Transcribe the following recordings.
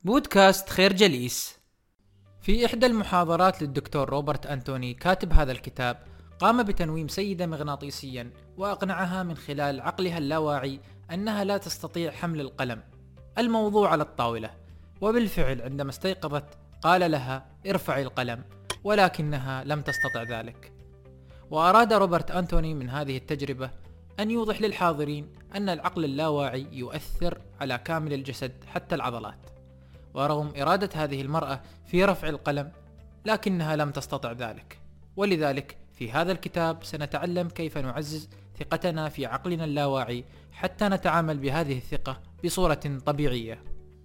بودكاست خير جليس. في إحدى المحاضرات للدكتور روبرت أنتوني كاتب هذا الكتاب، قام بتنويم سيدة مغناطيسيا وأقنعها من خلال عقلها اللاواعي أنها لا تستطيع حمل القلم. الموضوع على الطاولة، وبالفعل عندما استيقظت قال لها ارفعي القلم، ولكنها لم تستطع ذلك. وأراد روبرت أنتوني من هذه التجربة أن يوضح للحاضرين أن العقل اللاواعي يؤثر على كامل الجسد حتى العضلات. ورغم إرادة هذه المرأة في رفع القلم، لكنها لم تستطع ذلك. ولذلك في هذا الكتاب سنتعلم كيف نعزز ثقتنا في عقلنا اللاواعي حتى نتعامل بهذه الثقة بصورة طبيعية.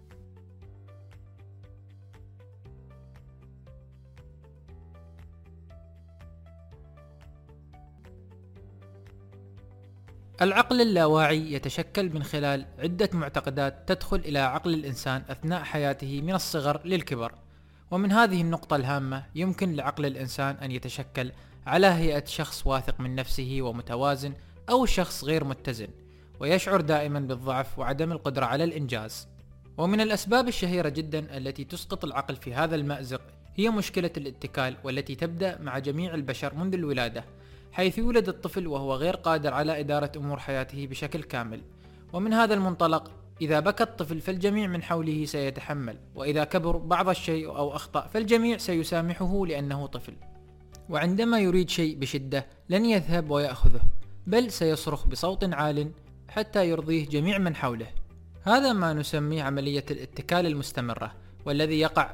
العقل اللاواعي يتشكل من خلال عدة معتقدات تدخل إلى عقل الإنسان أثناء حياته من الصغر للكبر. ومن هذه النقطة الهامة يمكن لعقل الإنسان أن يتشكل على هيئة شخص واثق من نفسه ومتوازن، أو شخص غير متزن ويشعر دائما بالضعف وعدم القدرة على الإنجاز. ومن الأسباب الشهيرة جدا التي تسقط العقل في هذا المأزق هي مشكلة الاتكال، والتي تبدأ مع جميع البشر منذ الولادة، حيث يولد الطفل وهو غير قادر على إدارة أمور حياته بشكل كامل. ومن هذا المنطلق إذا بكى الطفل فالجميع من حوله سيتحمل، وإذا كبر بعض الشيء أو أخطأ فالجميع سيسامحه لأنه طفل. وعندما يريد شيء بشدة لن يذهب ويأخذه، بل سيصرخ بصوت عال حتى يرضيه جميع من حوله. هذا ما نسميه عملية الاتكال المستمرة، والذي يقع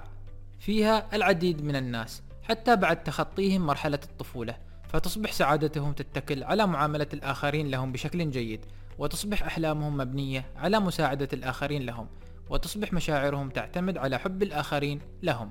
فيها العديد من الناس حتى بعد تخطيهم مرحلة الطفولة، فتصبح سعادتهم تتكل على معاملة الآخرين لهم بشكل جيد، وتصبح أحلامهم مبنية على مساعدة الآخرين لهم، وتصبح مشاعرهم تعتمد على حب الآخرين لهم.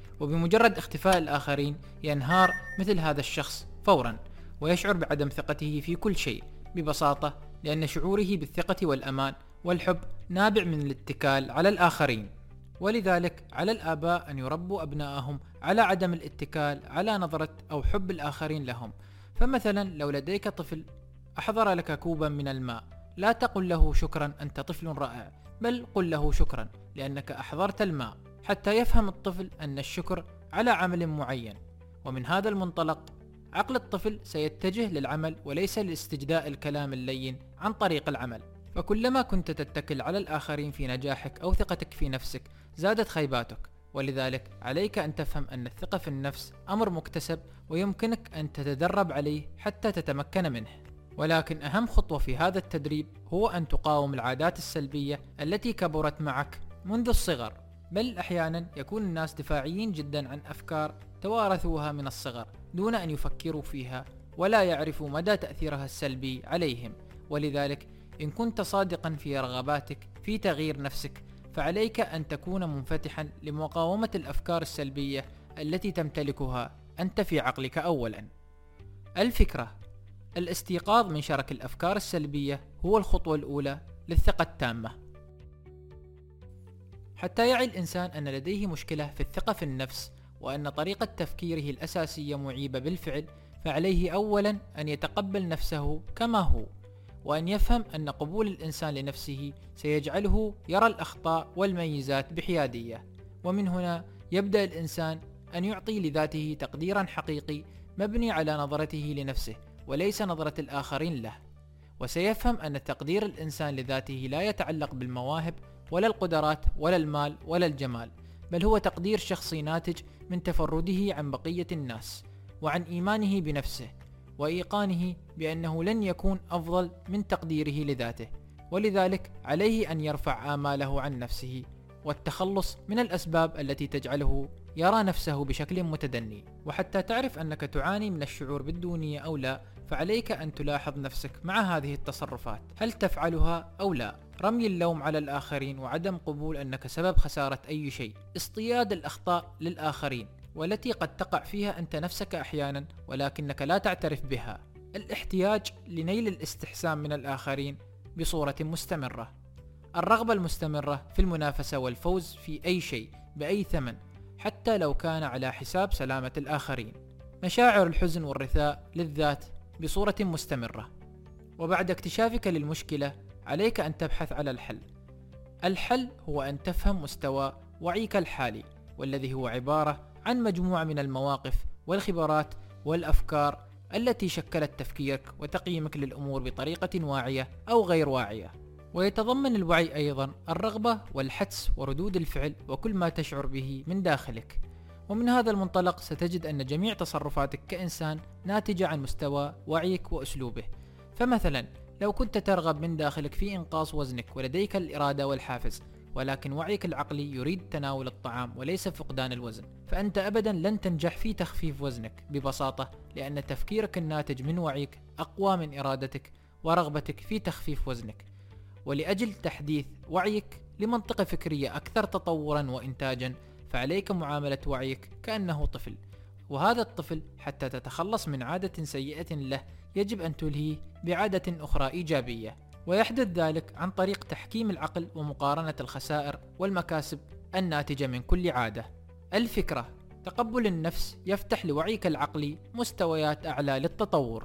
وبمجرد اختفاء الآخرين ينهار مثل هذا الشخص فورا، ويشعر بعدم ثقته في كل شيء ببساطة، لأن شعوره بالثقة والأمان والحب نابع من الاتكال على الآخرين. ولذلك على الآباء أن يربوا أبنائهم على عدم الاتكال على نظرة أو حب الآخرين لهم. فمثلا لو لديك طفل أحضر لك كوبا من الماء، لا تقل له شكرا أنت طفل رائع، بل قل له شكرا لأنك أحضرت الماء، حتى يفهم الطفل أن الشكر على عمل معين. ومن هذا المنطلق عقل الطفل سيتجه للعمل وليس لاستجداء الكلام اللين عن طريق العمل. فكلما كنت تتكل على الآخرين في نجاحك أو ثقتك في نفسك زادت خيباتك. ولذلك عليك أن تفهم أن الثقة في النفس أمر مكتسب، ويمكنك أن تتدرب عليه حتى تتمكن منه. ولكن أهم خطوة في هذا التدريب هو أن تقاوم العادات السلبية التي كبرت معك منذ الصغر. بل أحيانا يكون الناس دفاعيين جدا عن أفكار توارثوها من الصغر دون أن يفكروا فيها ولا يعرفوا مدى تأثيرها السلبي عليهم. ولذلك إن كنت صادقا في رغباتك في تغيير نفسك، فعليك أن تكون منفتحا لمقاومة الأفكار السلبية التي تمتلكها أنت في عقلك أولا. الفكرة: الاستيقاظ من شرك الأفكار السلبية هو الخطوة الأولى للثقة التامة. حتى يعي الإنسان أن لديه مشكلة في الثقة في النفس، وأن طريقة تفكيره الأساسية معيبة بالفعل، فعليه أولا أن يتقبل نفسه كما هو، وأن يفهم أن قبول الإنسان لنفسه سيجعله يرى الأخطاء والميزات بحيادية. ومن هنا يبدأ الإنسان أن يعطي لذاته تقديرا حقيقي مبني على نظرته لنفسه وليس نظرة الآخرين له. وسيفهم أن تقدير الإنسان لذاته لا يتعلق بالمواهب ولا القدرات ولا المال ولا الجمال، بل هو تقدير شخصي ناتج من تفرده عن بقية الناس، وعن إيمانه بنفسه وإيقانه بأنه لن يكون أفضل من تقديره لذاته. ولذلك عليه أن يرفع آماله عن نفسه والتخلص من الأسباب التي تجعله يرى نفسه بشكل متدني. وحتى تعرف أنك تعاني من الشعور بالدونية أو لا، فعليك أن تلاحظ نفسك مع هذه التصرفات، هل تفعلها أو لا؟ رمي اللوم على الآخرين وعدم قبول أنك سبب خسارة أي شيء، اصطياد الأخطاء للآخرين والتي قد تقع فيها أنت نفسك أحيانا ولكنك لا تعترف بها، الاحتياج لنيل الاستحسان من الآخرين بصورة مستمرة، الرغبة المستمرة في المنافسة والفوز في أي شيء بأي ثمن حتى لو كان على حساب سلامة الآخرين، مشاعر الحزن والرثاء للذات بصورة مستمرة. وبعد اكتشافك للمشكلة عليك أن تبحث على الحل. الحل هو أن تفهم مستوى وعيك الحالي، والذي هو عبارة عن مجموعة من المواقف والخبرات والأفكار التي شكلت تفكيرك وتقييمك للأمور بطريقة واعية أو غير واعية. ويتضمن الوعي أيضا الرغبة والحدس وردود الفعل وكل ما تشعر به من داخلك. ومن هذا المنطلق ستجد أن جميع تصرفاتك كإنسان ناتجة عن مستوى وعيك وأسلوبه. فمثلا لو كنت ترغب من داخلك في إنقاص وزنك ولديك الإرادة والحافز، ولكن وعيك العقلي يريد تناول الطعام وليس فقدان الوزن، فأنت أبدا لن تنجح في تخفيف وزنك ببساطة، لأن تفكيرك الناتج من وعيك أقوى من إرادتك ورغبتك في تخفيف وزنك. ولأجل تحديث وعيك لمنطقة فكرية أكثر تطورا وإنتاجا، فعليك معاملة وعيك كأنه طفل، وهذا الطفل حتى تتخلص من عادة سيئة له يجب أن تلهيه بعادة أخرى إيجابية، ويحدث ذلك عن طريق تحكيم العقل ومقارنة الخسائر والمكاسب الناتجة من كل عادة. الفكرة: تقبل النفس يفتح لوعيك العقلي مستويات أعلى للتطور.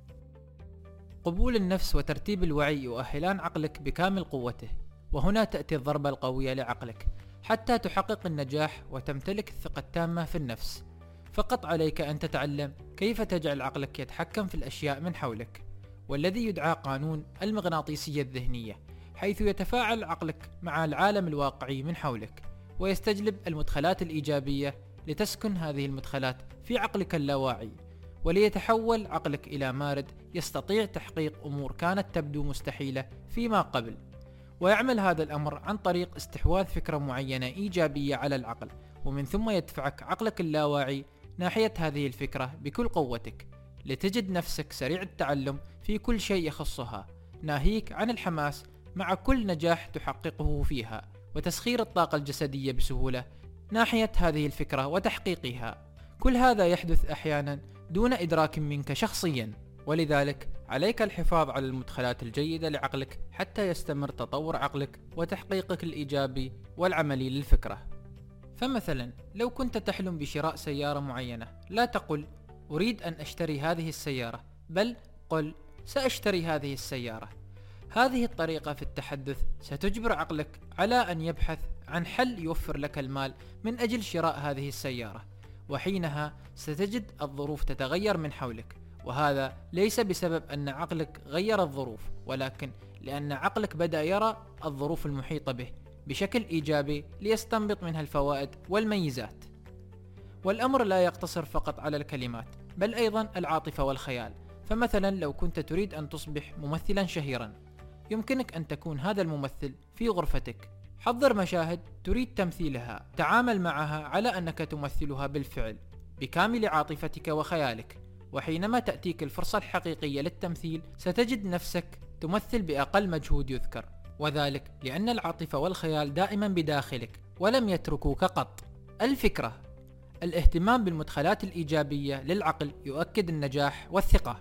قبول النفس وترتيب الوعي يؤهلان عقلك بكامل قوته، وهنا تأتي الضربة القوية لعقلك حتى تحقق النجاح وتمتلك الثقة التامة في النفس. فقط عليك أن تتعلم كيف تجعل عقلك يتحكم في الأشياء من حولك، والذي يدعى قانون المغناطيسية الذهنية، حيث يتفاعل عقلك مع العالم الواقعي من حولك ويستجلب المدخلات الإيجابية لتسكن هذه المدخلات في عقلك اللاواعي، وليتحول عقلك إلى مارد يستطيع تحقيق أمور كانت تبدو مستحيلة فيما قبل. ويعمل هذا الأمر عن طريق استحواذ فكرة معينة إيجابية على العقل، ومن ثم يدفعك عقلك اللاواعي ناحية هذه الفكرة بكل قوتك، لتجد نفسك سريع التعلم في كل شيء يخصها، ناهيك عن الحماس مع كل نجاح تحققه فيها، وتسخير الطاقة الجسدية بسهولة ناحية هذه الفكرة وتحقيقها. كل هذا يحدث أحيانا دون إدراك منك شخصيا، ولذلك عليك الحفاظ على المدخلات الجيدة لعقلك حتى يستمر تطور عقلك وتحقيقك الإيجابي والعملي للفكرة. فمثلا لو كنت تحلم بشراء سيارة معينة، لا تقل أريد أن أشتري هذه السيارة، بل قل سأشتري هذه السيارة. هذه الطريقة في التحدث ستجبر عقلك على أن يبحث عن حل يوفر لك المال من أجل شراء هذه السيارة، وحينها ستجد الظروف تتغير من حولك، وهذا ليس بسبب أن عقلك غير الظروف، ولكن لأن عقلك بدأ يرى الظروف المحيطة به بشكل إيجابي ليستنبط منها الفوائد والميزات. والأمر لا يقتصر فقط على الكلمات، بل أيضا العاطفة والخيال. فمثلا لو كنت تريد أن تصبح ممثلا شهيرا، يمكنك أن تكون هذا الممثل في غرفتك، حضر مشاهد تريد تمثيلها، تعامل معها على أنك تمثلها بالفعل بكامل عاطفتك وخيالك، وحينما تأتيك الفرصة الحقيقية للتمثيل ستجد نفسك تمثل بأقل مجهود يذكر، وذلك لأن العاطفة والخيال دائما بداخلك ولم يتركوك قط. الفكرة: الاهتمام بالمدخلات الإيجابية للعقل يؤكد النجاح والثقة.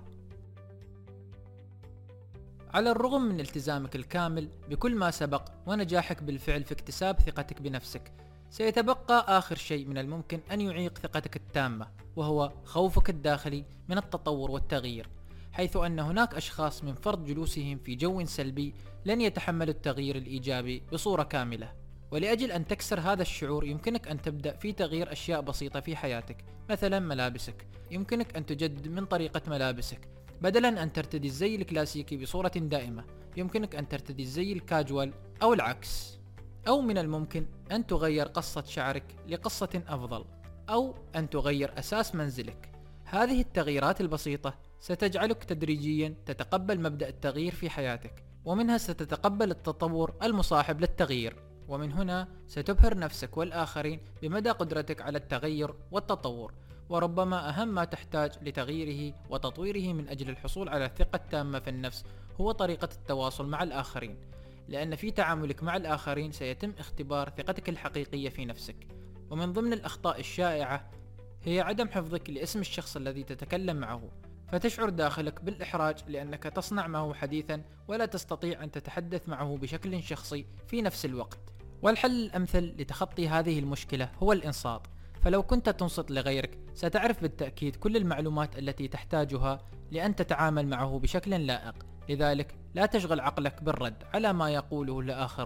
على الرغم من التزامك الكامل بكل ما سبق ونجاحك بالفعل في اكتساب ثقتك بنفسك، سيتبقى آخر شيء من الممكن أن يعيق ثقتك التامة، وهو خوفك الداخلي من التطور والتغيير، حيث أن هناك أشخاص من فرط جلوسهم في جو سلبي لن يتحملوا التغيير الإيجابي بصورة كاملة. ولأجل أن تكسر هذا الشعور يمكنك أن تبدأ في تغيير أشياء بسيطة في حياتك، مثلا ملابسك. يمكنك أن تجدد من طريقة ملابسك، بدلا أن ترتدي الزي الكلاسيكي بصورة دائمة يمكنك أن ترتدي الزي الكاجوال أو العكس. أو من الممكن أن تغير قصة شعرك لقصة أفضل، أو أن تغير أساس منزلك. هذه التغييرات البسيطة ستجعلك تدريجيا تتقبل مبدأ التغيير في حياتك، ومنها ستتقبل التطور المصاحب للتغيير، ومن هنا ستبهر نفسك والآخرين بمدى قدرتك على التغير والتطور. وربما أهم ما تحتاج لتغييره وتطويره من أجل الحصول على الثقة التامة في النفس هو طريقة التواصل مع الآخرين، لأن في تعاملك مع الآخرين سيتم اختبار ثقتك الحقيقية في نفسك. ومن ضمن الأخطاء الشائعة هي عدم حفظك لاسم الشخص الذي تتكلم معه، فتشعر داخلك بالإحراج لأنك تصنع معه حديثا ولا تستطيع أن تتحدث معه بشكل شخصي في نفس الوقت. والحل الأمثل لتخطي هذه المشكلة هو الإنصات. فلو كنت تنصت لغيرك ستعرف بالتأكيد كل المعلومات التي تحتاجها لأن تتعامل معه بشكل لائق. لذلك لا تشغل عقلك بالرد على ما يقوله الآخرون،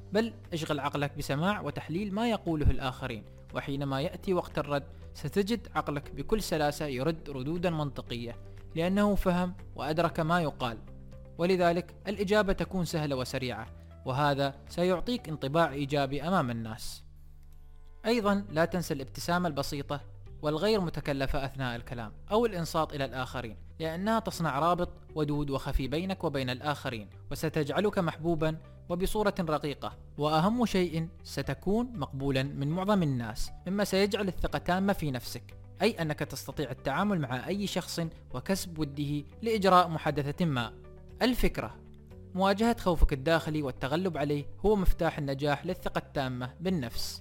بل اشغل عقلك بسماع وتحليل ما يقوله الآخرين، وحينما يأتي وقت الرد ستجد عقلك بكل سلاسة يرد ردودا منطقية، لأنه فهم وأدرك ما يقال، ولذلك الإجابة تكون سهلة وسريعة، وهذا سيعطيك انطباع إيجابي أمام الناس. أيضا لا تنسى الابتسامة البسيطة والغير متكلفة أثناء الكلام أو الإنصات إلى الآخرين، لأنها تصنع رابط ودود وخفي بينك وبين الآخرين، وستجعلك محبوبا وبصورة رقيقة، وأهم شيء ستكون مقبولا من معظم الناس، مما سيجعل الثقة تامة في نفسك، أي أنك تستطيع التعامل مع أي شخص وكسب وده لإجراء محادثة ما. الفكرة: مواجهة خوفك الداخلي والتغلب عليه هو مفتاح النجاح للثقة التامة بالنفس.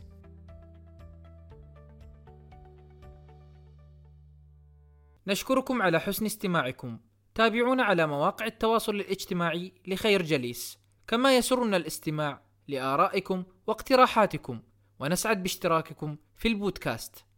نشكركم على حسن استماعكم. تابعونا على مواقع التواصل الاجتماعي لخير جليس، كما يسرنا الاستماع لآرائكم واقتراحاتكم، ونسعد باشتراككم في البودكاست.